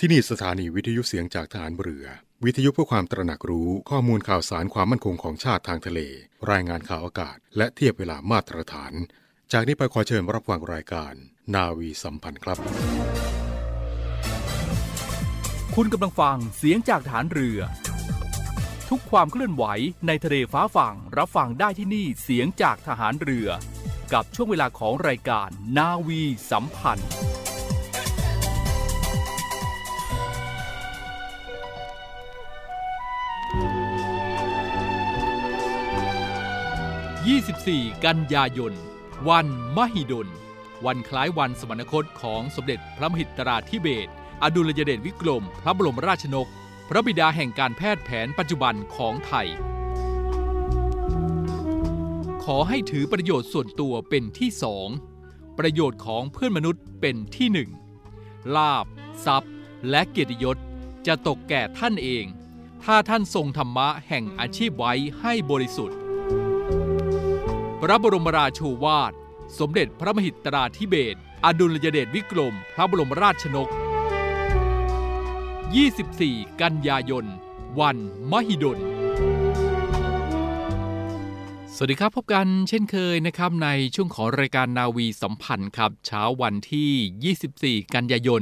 ที่นี่สถานีวิทยุเสียงจากทหารเรือวิทยุเพื่อความตระหนักรู้ข้อมูลข่าวสารความมั่นคงของชาติทางทะเลรายงานข่าวอากาศและเทียบเวลามาตรฐานจากนี้ไปขอเชิญรับฟังรายการนาวีสัมพันธ์ครับคุณกำลังฟังเสียงจากทหารเรือทุกความเคลื่อนไหวในทะเลฟ้าฝั่งรับฟังได้ที่นี่เสียงจากทหารเรือกับช่วงเวลาของรายการนาวีสัมพันธ์24 กันยายนวันมหิดลวันคล้ายวันสวรรคตของสมเด็จพระมหิดลธิเบศรอดุลยเดชวิกรมพระบรมราชนกพระบิดาแห่งการแพทย์แผนปัจจุบันของไทยขอให้ถือประโยชน์ส่วนตัวเป็นที่สองประโยชน์ของเพื่อนมนุษย์เป็นที่หนึ่งลาภทรัพย์และเกียรติยศจะตกแก่ท่านเองถ้าท่านทรงธรรมะแห่งอาชีพไว้ให้บริสุทธิ์พระบรมราโชวาทสมเด็จพระมหิดลธิเบศรอดุลยเดชวิกรมพระบรมราชนก24 กันยายนวันมหิดลสวัสดีครับพบกันเช่นเคยนะครับในช่วงของรายการนาวีสัมพันธ์ครับเช้าวันที่24 กันยายน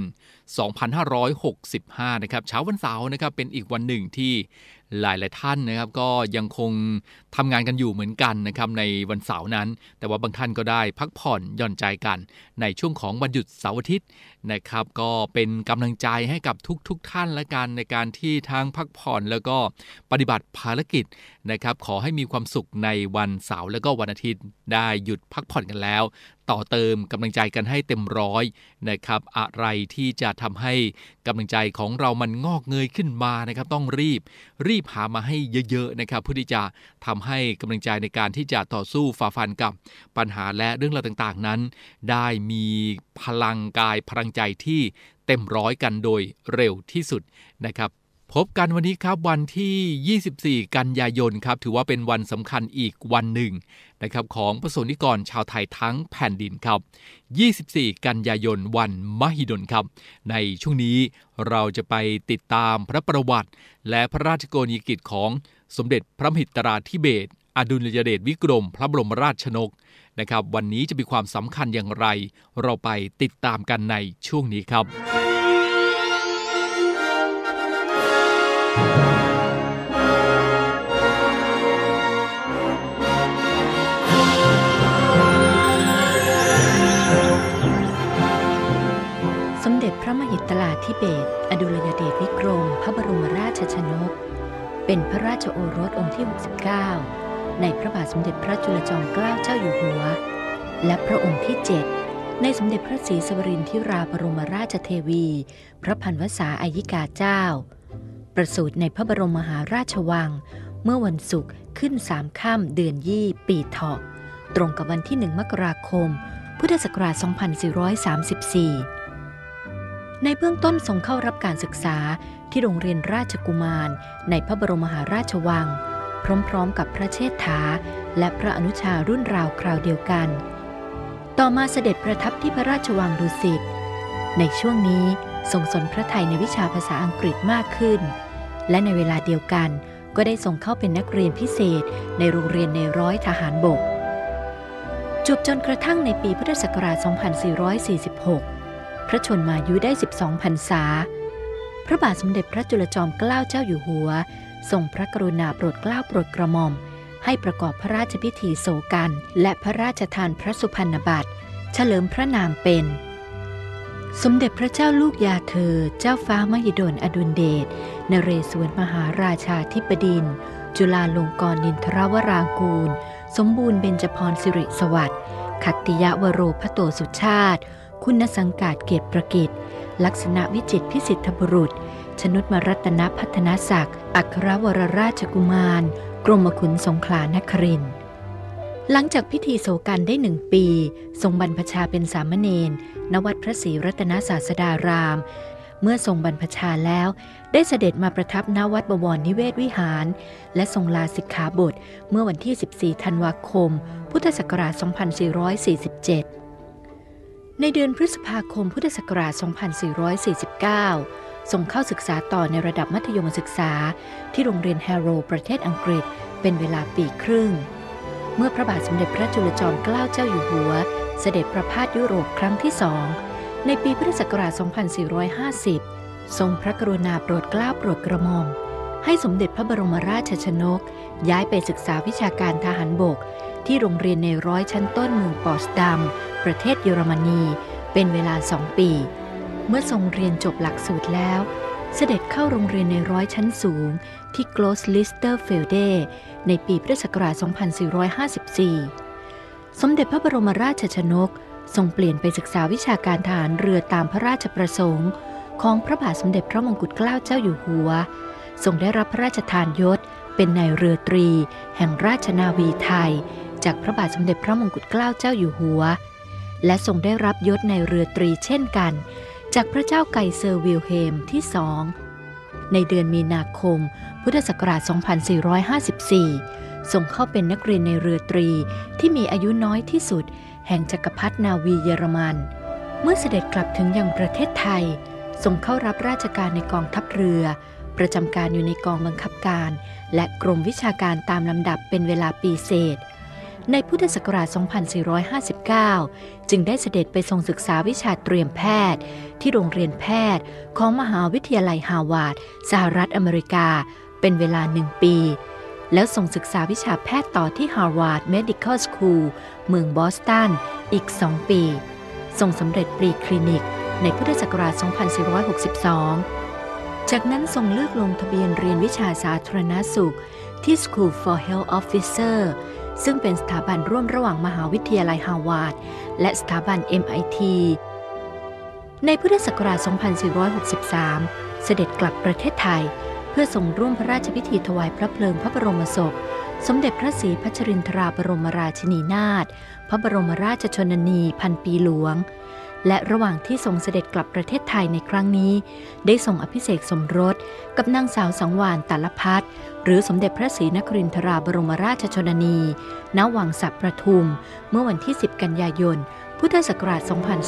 2565นะครับเช้าวันเสาร์นะครับเป็นอีกวันหนึ่งที่หลายท่านนะครับก็ยังคงทำงานกันอยู่เหมือนกันนะครับในวันเสาร์นั้นแต่ว่าบางท่านก็ได้พักผ่อนหย่อนใจกันในช่วงของวันหยุดเสาร์อาทิตย์นะครับก็เป็นกำลังใจให้กับทุกท่านละกันในการที่ทั้งพักผ่อนแล้วก็ปฏิบัติภารกิจนะครับขอให้มีความสุขในวันเสาร์แล้วก็วันอาทิตย์ได้หยุดพักผ่อนกันแล้วต่อเติมกำลังใจกันให้เต็มร้อยนะครับอะไรที่จะทำให้กำลังใจของเรามันงอกเงยขึ้นมานะครับต้องรีบหามาให้เยอะๆนะครับเพื่อที่จะทำให้กำลังใจในการที่จะต่อสู้ฝ่าฟันกับปัญหาและเรื่องราวต่างๆนั้นได้มีพลังกายพลังใจที่เต็มร้อยกันโดยเร็วที่สุดนะครับพบกันวันนี้ครับวันที่24 กันยายนครับถือว่าเป็นวันสำคัญอีกวันหนึ่งนะครับของประสบนิกรชาวไทยทั้งแผ่นดินครับ24 กันยายนวันมหิดลครับในช่วงนี้เราจะไปติดตามพระประวัติและพระราชกรณียกิจของสมเด็จพระมหิดลธิเบศรอดุลยเดชวิกรมพระบรมราชนกนะครับวันนี้จะมีความสำคัญอย่างไรเราไปติดตามกันในช่วงนี้ครับสมเด็จพระมหิดลธิเบศรอดุลยเดชวิกรมพระบรมราชชนกเป็นพระราชโอรสองค์ที่69ในพระบาทสมเด็จพระจุลจอมเกล้าเจ้าอยู่หัวและพระองค์ที่7ในสมเด็จพระศรีสวรินทร์ธิราบรมราชเทวีพระพันวษาอัยิกาเจ้าประสูติในพระบรมมหาราชวังเมื่อวันศุกร์ขึ้น3 ค่ำเดือนยี่ปีเถาะตรงกับวันที่1 มกราคมพุทธศักราช 2434ในเบื้องต้นทรงเข้ารับการศึกษาที่โรงเรียนราชกุมารในพระบรมมหาราชวังพร้อมๆกับพระเชษฐาและพระอนุชารุ่นราวคราวเดียวกันต่อมาเสด็จประทับที่พระราชวังดุสิตในช่วงนี้ทรงสนพระทัยในวิชาภาษาอังกฤษมากขึ้นและในเวลาเดียวกันก็ได้ส่งเข้าเป็นนักเรียนพิเศษในโรงเรียนในร้อยทหารบกจนกระทั่งในปีพุทธศักราช 2446 พระชนมายุได้ 12 พรรษาพระบาทสมเด็จพระจุลจอมเกล้าเจ้าอยู่หัวทรงพระกรุณาโปรดเกล้าโปรดกระหม่อมให้ประกอบพระราชพิธีโศกันและพระราชทานพระสุพรรณบัตรเฉลิมพระนามเป็นสมเด็จพระเจ้าลูกยาเธอเจ้าฟ้ามหิดลอดุลเดชนเรศวรมหาราชาธิบดินทร์จุฬาลงกรณ์นินทรวรางกูลสมบูรณ์เบญจพรสิริสวัสดิ์ขัตติยวโรพโตสุชาติคุณสังกาศเกตประกิจลักษณะวิจิตรพิสิทธบุรุษชนุตมรัตนพัฒนศักดิ์อัครวรราชกุมารกรมขุนสงขลานครินทร์หลังจากพิธีโศกันได้1 ปีทรงบรรพชาเป็นสามเณรณวัดพระศรีรัตนศาสดารามเมื่อทรงบรรพชาแล้วได้เสด็จมาประทับณวัดบวรนิเวศวิหารและทรงลาสิกขาบทเมื่อวันที่14 ธันวาคมพุทธศักราช 2447ในเดือนพฤษภาคมพุทธศักราช 2449 ส่งเข้าศึกษาต่อในระดับมัธยมศึกษาที่โรงเรียนแฮโรว์ประเทศอังกฤษเป็นเวลาปีครึ่งเมื่อพระบาทสมเด็จพระจุลจอมเกล้าเจ้าอยู่หัวเสด็จประพาสยุโรปครั้งที่2ในปีพุทธศักราช 2450 ทรงพระกรุณาโปรดเกล้าโปรดกระหม่อมให้สมเด็จพระบรมราชชนกย้ายไปศึกษาวิชาการทหารบกที่โรงเรียนในร้อยชั้นต้นเมืองปอสดัมประเทศเยอรมนีเป็นเวลา2 ปีเมื่อทรงเรียนจบหลักสูตรแล้วเสด็จเข้าโรงเรียนในร้อยชั้นสูงที่โกลสลิสเตอร์เฟลเดในปีพุทธศักราช 2454 สมเด็จพระบรมราชชนกทรงเปลี่ยนไปศึกษาวิชาการทหารเรือตามพระราชประสงค์ของพระบาทสมเด็จพระมงกุฎเกล้าเจ้าอยู่หัวทรงได้รับพระราชทานยศเป็นนายเรือตรีแห่งราชนาวีไทยจากพระบาทสมเด็จพระมงกุฎเกล้าเจ้าอยู่หัวและทรงได้รับยศนายเรือตรีเช่นกันจากพระเจ้าไกเซอร์วิลเฮมที่2ในเดือนมีนาคมพุทธศักราช 2454 ส่งเข้าเป็นนักเรียนในเรือตรีที่มีอายุน้อยที่สุดแห่งจักรพรรดินาวีเยอรมันเมื่อเสด็จกลับถึงยังประเทศไทยทรงเข้ารับราชการในกองทัพเรือประจำการอยู่ในกองบังคับการและกรมวิชาการตามลำดับเป็นเวลาปีเศษในพุทธศักราช 2459 จึงได้เสด็จไปทรงศึกษาวิชาเตรียมแพทย์ที่โรงเรียนแพทย์ของมหาวิทยาลัยฮาร์วาร์ดสหรัฐอเมริกาเป็นเวลา1 ปีแล้วทรงศึกษาวิชาแพทย์ต่อที่ Harvard Medical School เมืองบอสตันอีก2 ปีทรงสำเร็จปริคลินิกในพุทธศักราช 2462 จากนั้นทรงเลือกลงทะเบียนเรียนวิชาสาธารณสุขที่ School for Health Officer ซึ่งเป็นสถาบันร่วมระหว่างมหาวิทยาลัยฮาร์วาร์ดและสถาบัน MIT ในพุทธศักราช 2463 เสด็จกลับประเทศไทยเพื่อทรงร่วมพระราชพิธีถวายพระเพลิงพระบรมศพสมเด็จพระศรีพัชรินทราบรมราชินีนาถพระบรมราชชนนีพันปีหลวงและระหว่างที่ทรงเสด็จกลับประเทศไทยในครั้งนี้ได้ทรงอภิเษกสมรสกับนางสาวสังวาลตาลพัฒน์หรือสมเด็จพระศรีนครินทราบรมราชชนนีณวังสะประทุมเมื่อวันที่10 กันยายนพุทธศักราช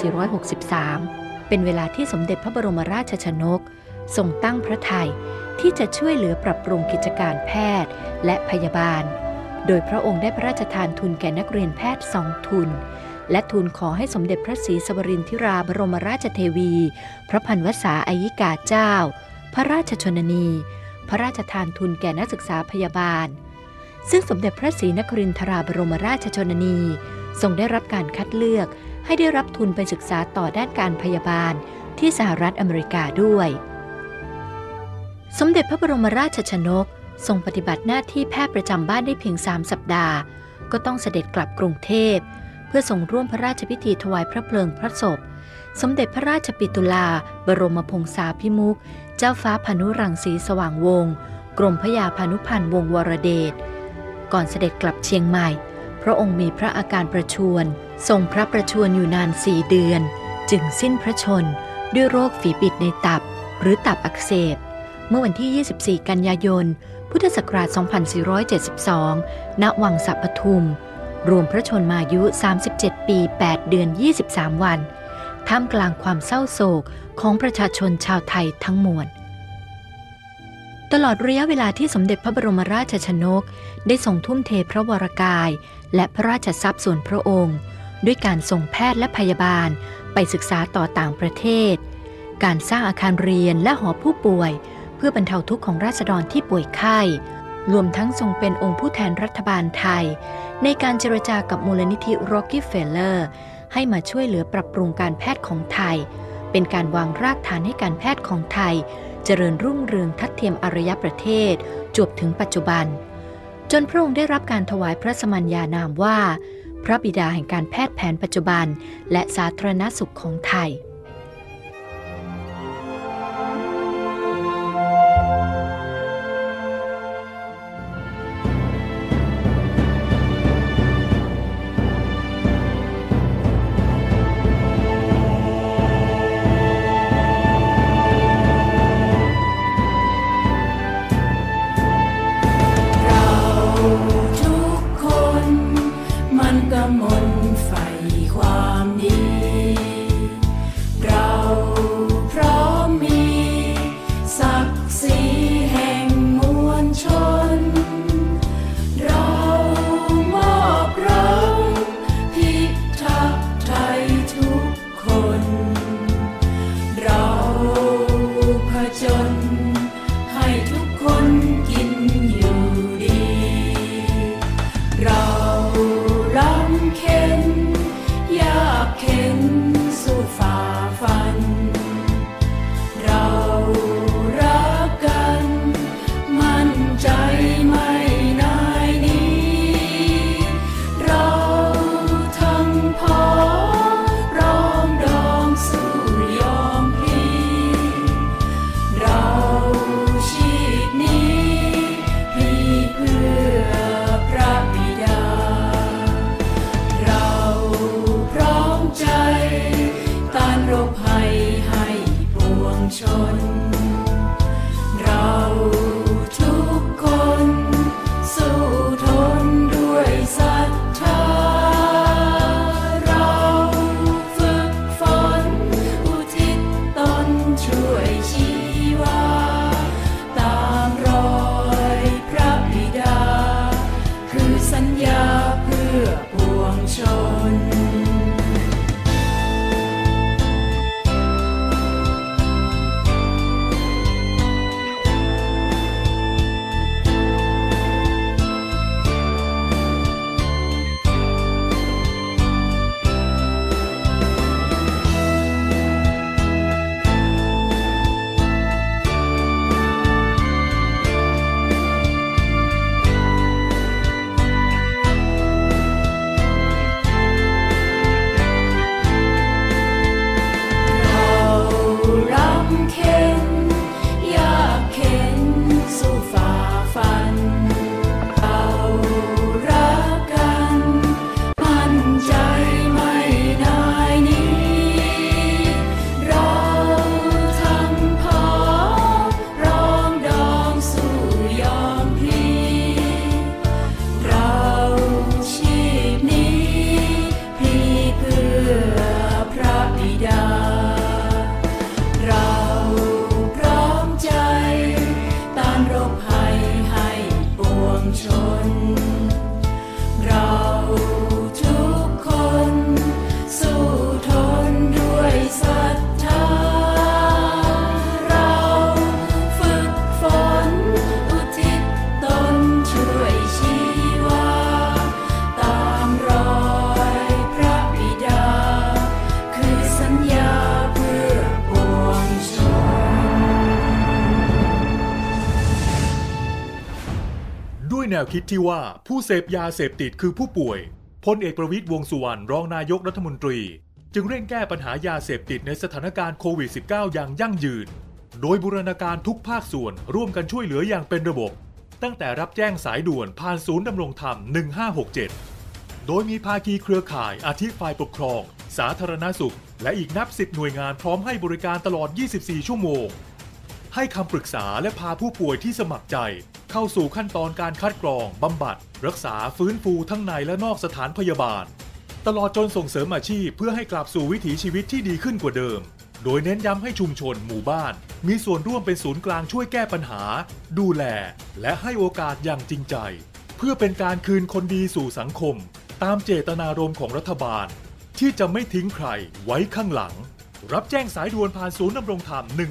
2463 เป็นเวลาที่สมเด็จพระบรมราชชนกทรงตั้งพระทัยที่จะช่วยเหลือปรับปรุงกิจการแพทย์และพยาบาลโดยพระองค์ได้พระราชทานทุนแก่นักเรียนแพทย์2 ทุนและทูลขอให้สมเด็จพระศรีสวรินทิราบรมราชเทวีพระพันวษาอัยยิกาเจ้าพระราชชนนีพระราชทานทุนแก่นักศึกษาพยาบาลซึ่งสมเด็จพระศรีนครินทราบรมราชชนนีทรงได้รับการคัดเลือกให้ได้รับทุนไปศึกษาต่อด้านการพยาบาลที่สหรัฐอเมริกาด้วยสมเด็จพระบรมราชชนกทรงปฏิบัติหน้าที่แพทย์ประจำบ้านได้เพียง3 สัปดาห์ก็ต้องเสด็จกลับกรุงเทพเพื่อทรงร่วมพระราชพิธีถวายพระเพลิงพระศพสมเด็จพระราชปิตุลาบรมพงษาภิมุขเจ้าฟ้าพานุรังสีสว่างวงศ์กรมพระยาพานุพันธ์วงศ์วรเดชก่อนเสด็จกลับเชียงใหม่พระองค์มีพระอาการประชวรทรงพระประชวรอยู่นาน4 เดือนจึงสิ้นพระชนด้วยโรคฝีบิดในตับหรือตับอักเสบเมื่อวันที่ 24 กันยายนพุทธศักราช 2472 ณ วังสะปทุมรวมพระชนมายุ37 ปี 8 เดือน 23 วันท่ามกลางความเศร้าโศกของประชาชนชาวไทยทั้งมวลตลอดระยะเวลาที่สมเด็จพระบรมราชชนกได้ทรงทุ่มเทพระวรกายและพระราชทรัพย์ส่วนพระองค์ด้วยการส่งแพทย์และพยาบาลไปศึกษาต่อต่างประเทศการสร้างอาคารเรียนและหอผู้ป่วยเพื่อบรรเทาทุกข์ของราษฎรที่ป่วยไข้รวมทั้งทรงเป็นองค์ผู้แทนรัฐบาลไทยในการเจรจากับมูลนิธิ Rockefeller ให้มาช่วยเหลือปรับปรุงการแพทย์ของไทยเป็นการวางรากฐานให้การแพทย์ของไทยเจริญรุ่งเรืองทัดเทียมอารยประเทศจวบถึงปัจจุบันจนพระองค์ได้รับการถวายพระสมัญญานามว่าพระบิดาแห่งการแพทย์แผนปัจจุบันและสาธารณสุขของไทยมนต์ไฟความดีแนวคิดที่ว่าผู้เสพยาเสพติดคือผู้ป่วยพลเอกประวิตร วงษ์สุวรรณรองนายกรัฐมนตรีจึงเร่งแก้ปัญหายาเสพติดในสถานการณ์โควิด -19 อย่างยั่งยืนโดยบูรณาการทุกภาคส่วนร่วมกันช่วยเหลืออย่างเป็นระบบตั้งแต่รับแจ้งสายด่วนผ่านศูนย์ดำรงธรรม 1567 โดยมีภาคีเครือข่ายอาทิฝ่ายปกครองสาธารณสุขและอีกนับ10หน่วยงานพร้อมให้บริการตลอด 24 ชั่วโมงให้คำปรึกษาและพาผู้ป่วยที่สมัครใจเข้าสู่ขั้นตอนการคัดกรองบำบัดรักษาฟื้นฟูทั้งในและนอกสถานพยาบาลตลอดจนส่งเสริมอาชีพเพื่อให้กลับสู่วิถีชีวิตที่ดีขึ้นกว่าเดิมโดยเน้นย้ำให้ชุมชนหมู่บ้านมีส่วนร่วมเป็นศูนย์กลางช่วยแก้ปัญหาดูแลและให้โอกาสอย่างจริงใจเพื่อเป็นการคืนคนดีสู่สังคมตามเจตนารมณ์ของรัฐบาลที่จะไม่ทิ้งใครไว้ข้างหลังรับแจ้งสายด่วนผ่านศูนย์ดำรงธรรม 1567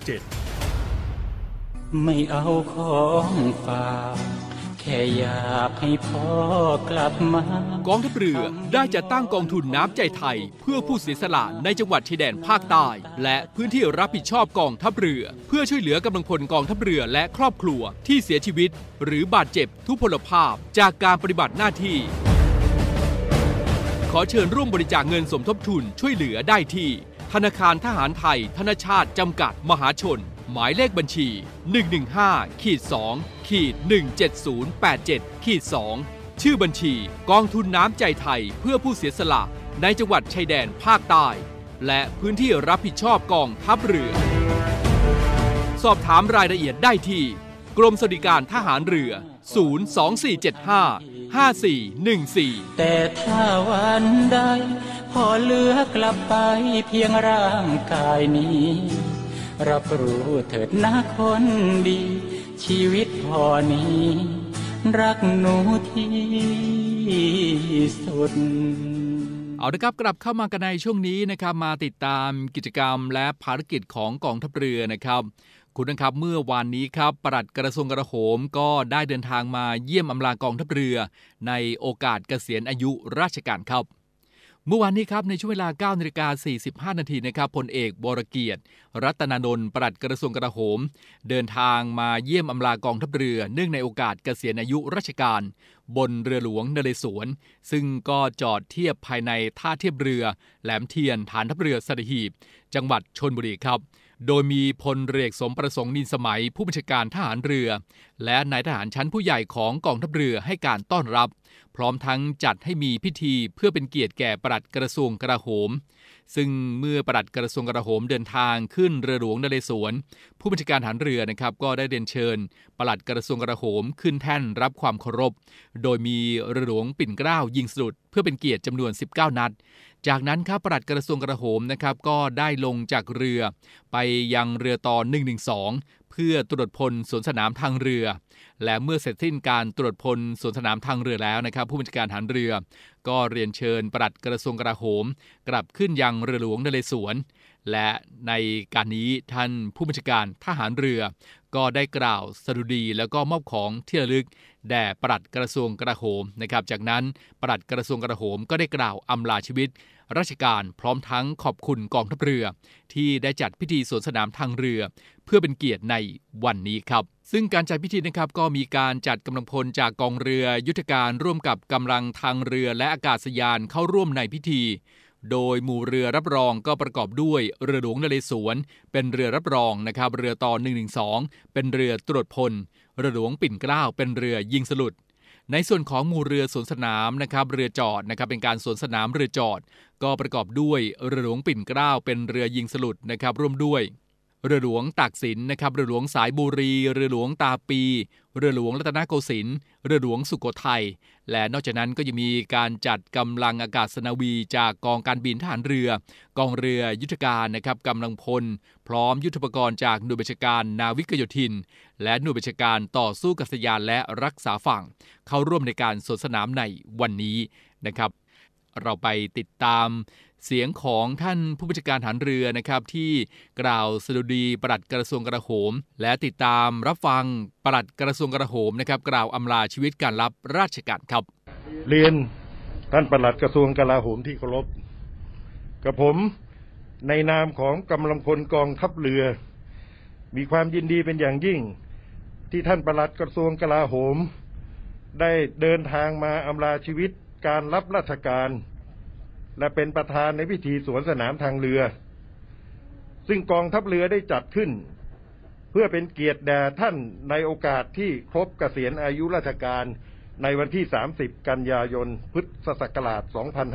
ไม่เอาของฝากแค่อยากให้พ่อกลับมากองทัพเรือได้จัดตั้งกองทุนน้ำใจไทยเพื่อผู้เสียสละในจังหวัดชายแดนภาคใต้และพื้นที่รับผิดชอบกองทัพเรือเพื่อช่วยเหลือกำลังพลกองทัพเรือและครอบครัวที่เสียชีวิตหรือบาดเจ็บทุพพลภาพจากการปฏิบัติหน้าที่ขอเชิญร่วมบริจาคเงินสมทบทุนช่วยเหลือได้ที่ธนาคารทหารไทยธนชาติจำกัดมหาชนหมายเลขบัญชี 115-2-17087-2 ชื่อบัญชีกองทุนน้ำใจไทยเพื่อผู้เสียสละในจังหวัดชายแดนภาคใต้และพื้นที่รับผิดชอบกองทัพเรือสอบถามรายละเอียดได้ที่กรมสวัสดิการทหารเรือ 024755414 แต่ถ้าวันใดพอเหลือกลับไปเพียงร่างกายนี้รับรู้เถิดนะคนดีชีวิตพอนี้รักหนูที่สุดเอาละครับกลับเข้ามากันในช่วงนี้นะครับมาติดตามกิจกรรมและภารกิจของกองทัพเรือนะครับคุณนะครับเมื่อวานนี้ครับปลัดกระทรวงกลาโหมก็ได้เดินทางมาเยี่ยมอำลากองทัพเรือในโอกาสเกษียณอายุราชการครับเมื่อวานนี้ครับในช่วงเวลา 9:45 นาทีนะครับพลเอกวรเกียรติรัตนานนท์ปลัดกระทรวงกลาโหมเดินทางมาเยี่ยมอำลากองทัพเรือเนื่องในโอกาสเกษียณอายุราชการบนเรือหลวงนเรศวรซึ่งก็จอดเทียบภายในท่าเทียบเรือแหลมเทียนฐานทัพเรือสัตหีบจังหวัดชลบุรีครับโดยมีพลเรือสมประสงค์นินสมัยผู้บัญชาการทหารเรือและนายทหารชั้นผู้ใหญ่ของกองทัพเรือให้การต้อนรับพร้อมทั้งจัดให้มีพิธีเพื่อเป็นเกียรติแก่ปลัดกระทรวงกลาโหมซึ่งเมื่อปลัดกระทรวงกลาโหมเดินทางขึ้นเรือหลวงนเรศวรผู้บัญชาการทหารเรือนะครับก็ได้เรียนเชิญปลัดกระทรวงกลาโหมขึ้นแท่นรับความเคารพโดยมีเรือหลวงปิ่นเกล้ายิงสลุดเพื่อเป็นเกียรติจำนวน19นัดจากนั้นครับปลัดกระทรวงกลาโหมนะครับก็ได้ลงจากเรือไปยังเรือต่อ112เพื่อตรวจพลสวนสนามทางเรือและเมื่อเสร็จสิ้นการตรวจพลสวนสนามทางเรือแล้วนะครับผู้บัญชาการทหารเรือก็เรียนเชิญปลัดกระทรวงกลาโหมกลับขึ้นยังเรือหลวงนเรศวรและในการนี้ท่านผู้บัญชาการทหารเรือก็ได้กล่าวสดุดีแล้วก็มอบของที่ระลึกแด่ปลัดกระทรวงกลาโหมนะครับจากนั้นปลัดกระทรวงกลาโหมก็ได้กล่าวอำลาชีวิตราชการพร้อมทั้งขอบคุณกองทัพเรือที่ได้จัดพิธีสวนสนามทางเรือเพื่อเป็นเกียรติในวันนี้ครับซึ่งการจัดพิธีนะครับก็มีการจัดกำลังพลจากกองเรือยุทธการร่วมกับกำลังทางเรือและอากาศยานเข้าร่วมในพิธีโดยหมู่เรือรับรองก็ประกอบด้วยเรือหลวงนเรศวรเป็นเรือรับรองนะครับเรือต่อ112เป็นเรือตรวจพลเรือหลวงปิ่นเกล้าเป็นเรือยิงสลุดในส่วนของหมู่เรือสวนสนามนะครับเรือจอดนะครับเป็นการสวนสนามเรือจอดก็ประกอบด้วยเรือหลวงปิ่นเกล้าเป็นเรือยิงสลุดนะครับร่วมด้วยเรือหลวงตากสินนะครับเรือหลวงสายบุรีเรือหลวงตาปีเรือหลวงรัตนโกสินทร์เรือหลวงสุโขทัยและนอกจากนั้นก็ยังมีการจัดกำลังอากาศนาวีจากกองการบินทหารเรือกองเรือยุทธการนะครับกำลังพลพร้อมยุทโธปกรณ์จากหน่วยบัญชาการนาวิกโยธินและหน่วยบัญชาการต่อสู้กับยานและรักษาฝั่งเข้าร่วมในการสวนสนามในวันนี้นะครับเราไปติดตามเสียงของท่านผู้บัญชาการทหารเรือนะครับที่กล่าวสดุดีปลัดกระทรวงกลาโหมและติดตามรับฟังปลัดกระทรวงกลาโหมนะครับกล่าวอำลาชีวิตการรับราชการครับเรียนท่านปลัดกระทรวงกลาโหมที่เคารพกับผมในนามของกำลังพลกองทัพเรือมีความยินดีเป็นอย่างยิ่งที่ท่านปลัดกระทรวงกลาโหมได้เดินทางมาอำลาชีวิตการรับราชการและเป็นประธานในพิธีสวนสนามทางเรือซึ่งกองทัพเรือได้จัดขึ้นเพื่อเป็นเกียรติแด่ท่านในโอกาสที่ครบเกษียณอายุราชการในวันที่30กันยายนพุทธศักราช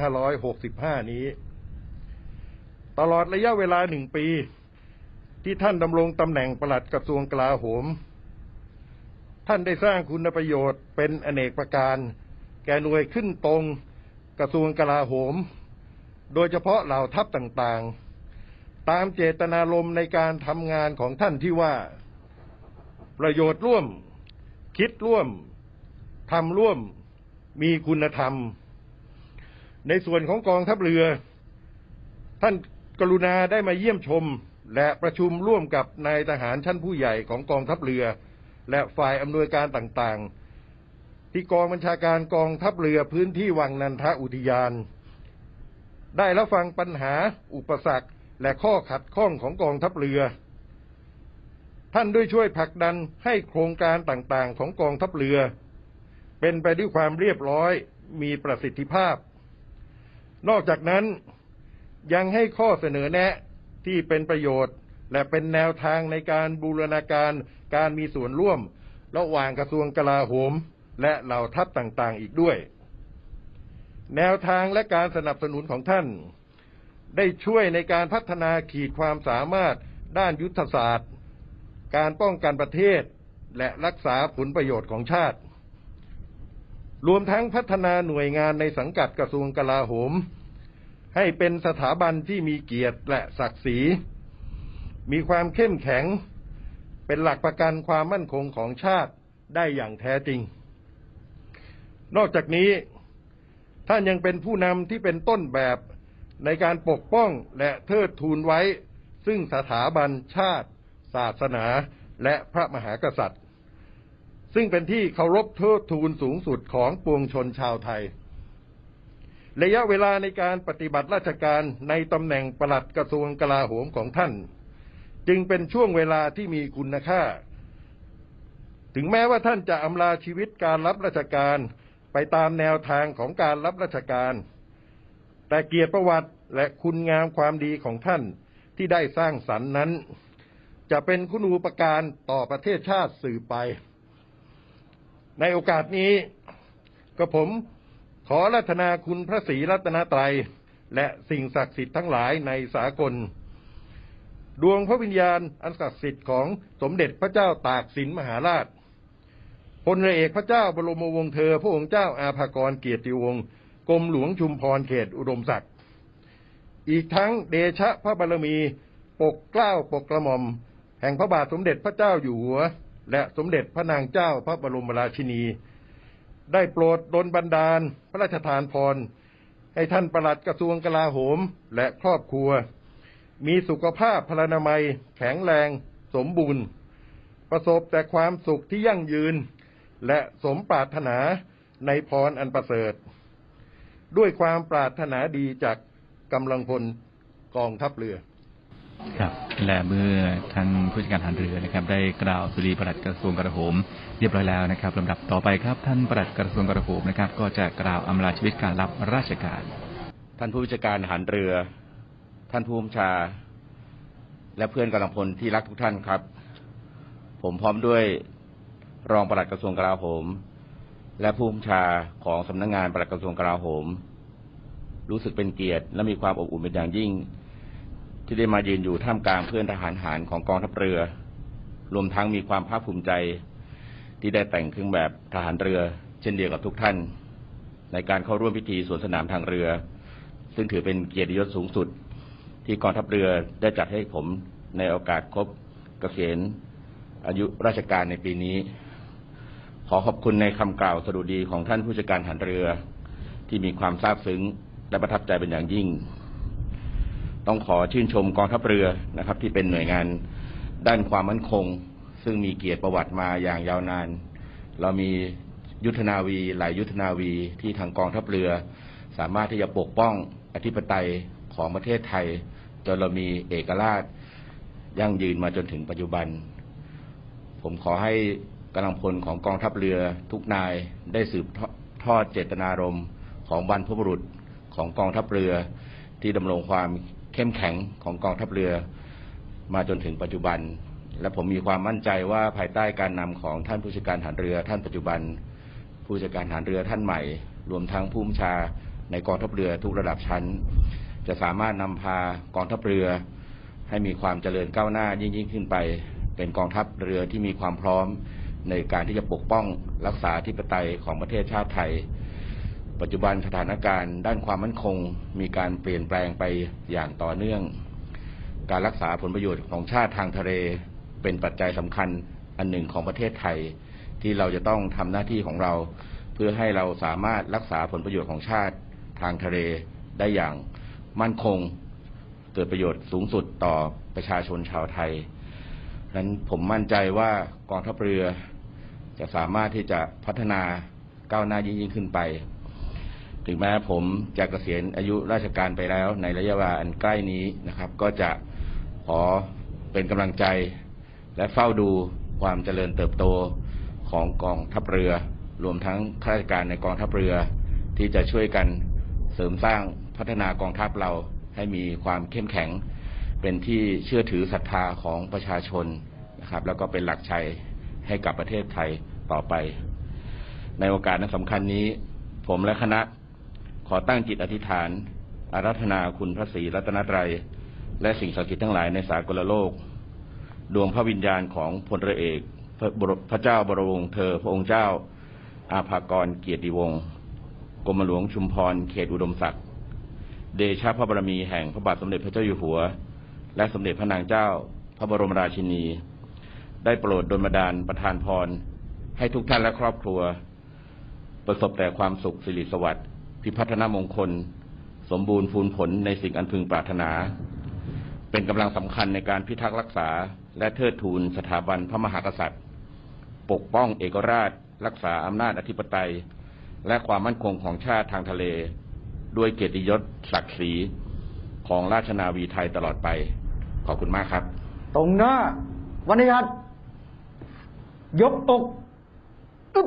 2565นี้ตลอดระยะเวลา1 ปีที่ท่านดำรงตำแหน่งปลัดกระทรวงกลาโหมท่านได้สร้างคุณประโยชน์เป็นอเนกประการแก่หน่วยขึ้นตรงกระทรวงกลาโหมโดยเฉพาะเหล่าทัพต่างๆตามเจตนารมณ์ในการทำงานของท่านที่ว่าประโยชน์ร่วมคิดร่วมทำร่วมมีคุณธรรมในส่วนของกองทัพเรือท่านกรุณาได้มาเยี่ยมชมและประชุมร่วมกับนายทหารชั้นผู้ใหญ่ของกองทัพเรือและฝ่ายอำนวยการต่างๆที่กองบัญชาการกองทัพเรือพื้นที่วังนันทอุทยานได้รับฟังปัญหาอุปสรรคและข้อขัดข้องของกองทัพเรือท่านด้วยช่วยผลักดันให้โครงการต่างๆของกองทัพเรือเป็นไปด้วยความเรียบร้อยมีประสิทธิภาพนอกจากนั้นยังให้ข้อเสนอแนะที่เป็นประโยชน์และเป็นแนวทางในการบูรณาการการมีส่วนร่วมระหว่างกระทรวงกลาโหมและเหล่าทัพต่างๆอีกด้วยแนวทางและการสนับสนุนของท่านได้ช่วยในการพัฒนาขีดความสามารถด้านยุทธศาสตร์การป้องกันประเทศและรักษาผลประโยชน์ของชาติรวมทั้งพัฒนาหน่วยงานในสังกัดกระทรวงกลาโหมให้เป็นสถาบันที่มีเกียรติและศักดิ์ศรีมีความเข้มแข็งเป็นหลักประกันความมั่นคงของชาติได้อย่างแท้จริงนอกจากนี้ท่านยังเป็นผู้นำที่เป็นต้นแบบในการปกป้องและเทิดทูนไว้ซึ่งสถาบันชาติศาสนาและพระมหากษัตริย์ซึ่งเป็นที่เคารพเทิดทูนสูงสุดของปวงชนชาวไทยระยะเวลาในการปฏิบัติราชการในตำแหน่งปลัดกระทรวงกลาโหมของท่านจึงเป็นช่วงเวลาที่มีคุณค่าถึงแม้ว่าท่านจะอำลาชีวิตการรับราชการไปตามแนวทางของการรับราชการแต่เกียรติประวัติและคุณงามความดีของท่านที่ได้สร้างสรรค์นั้นจะเป็นคุณูปการต่อประเทศชาติสืบไปในโอกาสนี้ก็ผมขออาราธนาคุณพระศรีรัตนตรัยและสิ่งศักดิ์สิทธิ์ทั้งหลายในสากลดวงพระวิญญาณอันศักดิ์สิทธิ์ของสมเด็จพระเจ้าตากสินมหาราชพลเรือเอกพระเจ้าบรมวงศ์เธอพระองค์เจ้าอาภากรเกียรติวงศ์กรมหลวงชุมพรเขตอุดมศักดิ์อีกทั้งเดชะพระบารมีปกเกล้าปกกระหม่อมแห่งพระบาทสมเด็จพระเจ้าอยู่หัวและสมเด็จพระนางเจ้าพระบรมราชินีได้โปรดดลบันดาลพระราชทานพรให้ท่านปลัดกระทรวงกลาโหมและครอบครัวมีสุขภาพพลานามัยแข็งแรงสมบูรณ์ประสบแต่ความสุขที่ยั่งยืนและสมปรารถนาในพรอันประเสริฐด้วยความปรารถนาดีจากกำลังพลกองทัพเรือครับและเมื่อท่านผู้จัดการทหารเรือนะครับได้กล่าวสุรีปลัดกระทรวงกลาโหมเรียบร้อยแล้วนะครับลำดับต่อไปครับท่านปลัดกระทรวงกลาโหมนะครับก็จะกล่าวอำลาชีวิตการรับราชการท่านผู้จัดการทหารเรือท่านผู้บัญชาและเพื่อนกำลังพลที่รักทุกท่านครับผมพร้อมด้วยรองปลัดกระทรวงกลาโหมและผู้บัญชาของสำนักงานปลัดกระทรวงกลาโหมรู้สึกเป็นเกียรติและมีความอบอุ่นเป็นอย่างยิ่งที่ได้มายืนอยู่ท่ามกลางเพื่อนทหารหารของกองทัพเรือรวมทั้งมีความภาคภูมิใจที่ได้แต่งเครื่องแบบทหารเรือเช่นเดียวกับทุกท่านในการเข้าร่วมพิธีสวนสนามทางเรือซึ่งถือเป็นเกียรติยศสูงสุดที่กองทัพเรือได้จัดให้ผมในโอกาสครบเกษียณอายุราชการในปีนี้ขอขอบคุณในคำกล่าวสดุดีของท่านผู้จัดการทหารเรือที่มีความซาบซึ้งและประทับใจเป็นอย่างยิ่งต้องขอชื่นชมกองทัพเรือนะครับที่เป็นหน่วยงานด้านความมั่นคงซึ่งมีเกียรติประวัติมาอย่างยาวนานเรามียุทธนาวีหลายยุทธนาวีที่ทางกองทัพเรือสามารถที่จะปกป้องอธิปไตยของประเทศไทยจนเรามีเอกราชยั่งยืนมาจนถึงปัจจุบันผมขอให้กำลังพลของกองทัพเรือทุกนายได้สืบทอดเจตนารมณ์ของบรรพบุรุษของกองทัพเรือที่ดำรงความเข้มแข็งของกองทัพเรือมาจนถึงปัจจุบันและผมมีความมั่นใจว่าภายใต้การนำของท่านผู้จัดการทหารเรือท่านปัจจุบันผู้จัดการทหารเรือท่านใหม่รวมทั้งผู้บัญชาในกองทัพเรือทุกระดับชั้นจะสามารถนำพากองทัพเรือให้มีความเจริญก้าวหน้ายิ่งขึ้นไปเป็นกองทัพเรือที่มีความพร้อมในการที่จะปกป้องรักษาอธิปไตยของประเทศชาติไทยปัจจุบันสถานการณ์ด้านความมั่นคงมีการเปลี่ยนแปลงไปอย่างต่อเนื่องการรักษาผลประโยชน์ของชาติทางทะเลเป็นปัจจัยสำคัญอันหนึ่งของประเทศไทยที่เราจะต้องทำหน้าที่ของเราเพื่อให้เราสามารถรักษาผลประโยชน์ของชาติทางทะเลได้อย่างมั่นคงเกิดประโยชน์สูงสุดต่อประชาชนชาวไทยนั้นผมมั่นใจว่ากองทัพเรือจะสามารถที่จะพัฒนาก้าวหน้ายิ่งขึ้นไปถึงแม้ผมจะเกษียณอายุราชการไปแล้วในระยะเวลาอันใกล้นี้นะครับก็จะขอเป็นกำลังใจและเฝ้าดูความเจริญเติบโตของกองทัพเรือรวมทั้งข้าราชการในกองทัพเรือที่จะช่วยกันเสริมสร้างพัฒนากองทัพเราให้มีความเข้มแข็งเป็นที่เชื่อถือศรัทธาของประชาชนนะครับแล้วก็เป็นหลักชัยให้กับประเทศไทยต่อไปในโอกาสสำคัญนี้ผมและคณะขอตั้งจิตอธิษฐานอาราธนาคุณพระศรีรัตนตรัยและสิ่งศักดิ์สิทธิ์ทั้งหลายในสากลโลกดวงพระวิญญาณของพลเรือเอกพระเจ้าบรมวงศ์เธอพระองค์เจ้าอาภากรเกียรติวงศ์กรมหลวงชุมพรเขตอุดมศักดิ์เดชะพระบารมีแห่งพระบาทสมเด็จพระเจ้าอยู่หัวและสมเด็จพระนางเจ้าพระบรมราชินีได้โปรดดลบันดาลประทานพรให้ทุกท่านและครอบครัวประสบแต่ความสุขสิริสวัสดิ์พิพัฒนมงคลสมบูรณ์พูนผลในสิ่งอันพึงปรารถนาเป็นกำลังสำคัญในการพิทักษ์รักษาและเทิดทูนสถาบันพระมหากษัตริย์ปกป้องเอกราชรักษาอำนาจอธิปไตยและความมั่นคงของชาติทางทะเลด้วยเกียรติยศศักดิ์ศรีของราชนาวีไทยตลอดไปขอบคุณมากครับตรงหน้าวันยัดยกอกอึ๊บ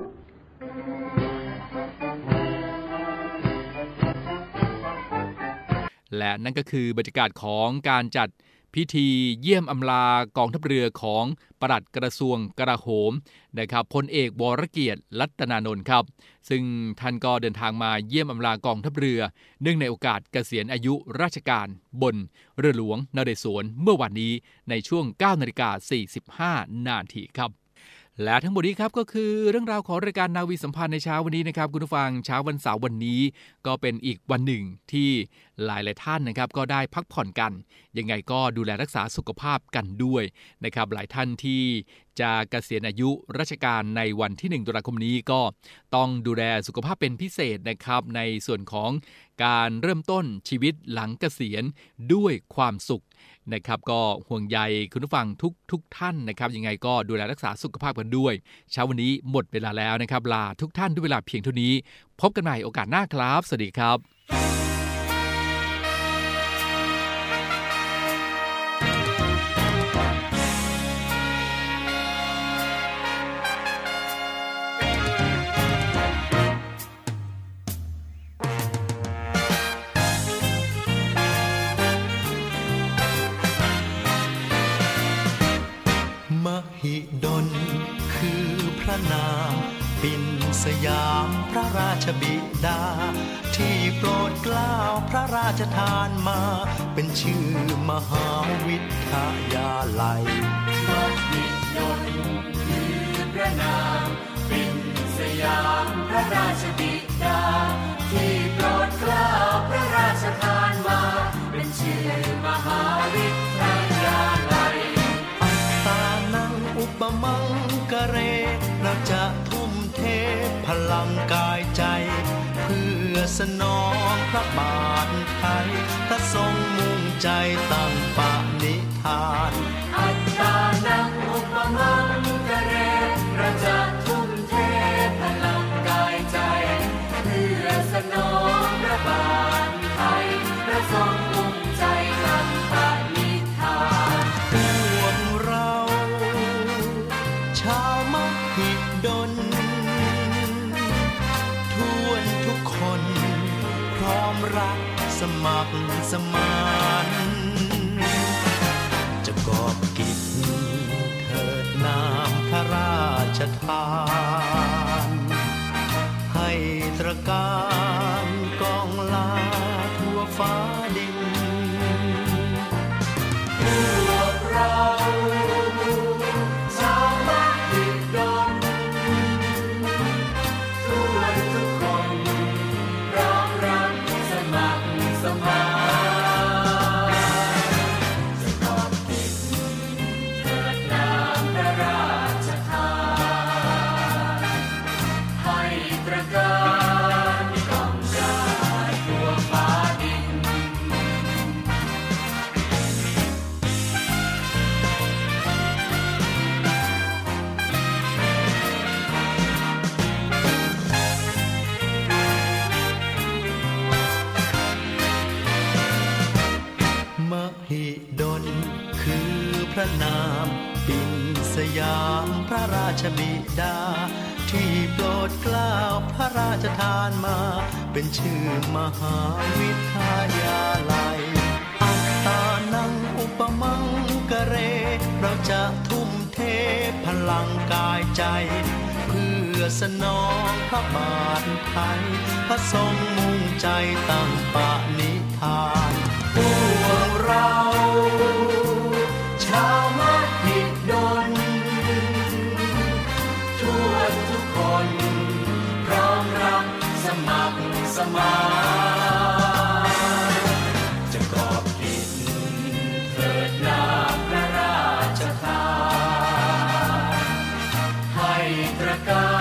และนั่นก็คือบรรยากาศของการจัดพิธีเยี่ยมอำลากองทัพเรือของปลัดกระทรวงกลาโหมนะครับพลเอกวรเกียรติรัตนานนท์ครับซึ่งท่านก็เดินทางมาเยี่ยมอำลากองทัพเรือเนื่องในโอกาสเกษียณอายุราชการบนเรือหลวงนเรศวรเมื่อวันนี้ในช่วง 9:45 นาทีครับและทั้งหมดนี้ครับก็คือเรื่องราวของรายการนาวีสัมพันธ์ในเช้าวันนี้นะครับคุณผู้ฟังเช้าวันเสาร์วันนี้ก็เป็นอีกวันหนึ่งที่หลายท่านนะครับก็ได้พักผ่อนกันยังไงก็ดูแลรักษาสุขภาพกันด้วยนะครับหลายท่านที่จะเกษียณอายุราชการในวันที่1 ตุลาคมนี้ก็ต้องดูแลสุขภาพเป็นพิเศษนะครับในส่วนของการเริ่มต้นชีวิตหลังเกษียณด้วยความสุขนะครับก็ห่วงใยคุณผู้ฟังทุกท่านนะครับยังไงก็ดูแลรักษาสุขภาพกันด้วยเช้าวันนี้หมดเวลาแล้วนะครับลาทุกท่านด้วยเวลาเพียงเท่านี้พบกันใหม่โอกาสหน้าครับสวัสดีครับดลคือพระนามปิ่นสยามพระราชบิดาที่โปรดเกล้าพระราชทานมาเป็นชื่อมหาวิทยาลัยมหิดลคือพระนามปิ่นสยามพระราชบิดาที่โปรดเกล้าพระราชทานมาเป็นชื่อมหาวิทยาลัยอุปมังกเรเราจะทุ่มเทพลังกายใจเพื่อสนองพระบาทไทยถ้าทรงมุ่งใจตั้งปณิธานอัตตานังอุปมังกเรเราจะทุ่มเทพลังกายใจเพื่อสนองพระบาทไทยถ้าทรงมุ่งใจตั้งปณิธานพวกเราชาวมหหิดลทวนทุกคนพร้อมรักสมัครสมานจะกอบกิจเถิดนามพระราชทานให้ตระการกองลาทั่วฟ้าดินพวกเราชาวมหิดลทั่วทุกคนพร้อมรักสมัครสมานจะกอบกิจเถิดนามพระราชทานให้ตระการกองลาทั่วฟ้าดินมหิดลคือพระนามปิ่นสยามพระราชบิดาที่โปรดเกล้าพระราชทานมาเป็นชื่อมหาวิทยาลัยอัตตานังอุปมังกะเรเราจะทุ่มเทพลังกายใจเพื่อสนองพระบาทไทยพระทรงมุ่งใจตั้งปณิธานพวกเราชาวมหิดลทั่วทุกคนพร้อมรักสมัครสมานจะกอบกิจเถิดนามพระราชทานให้ตระการ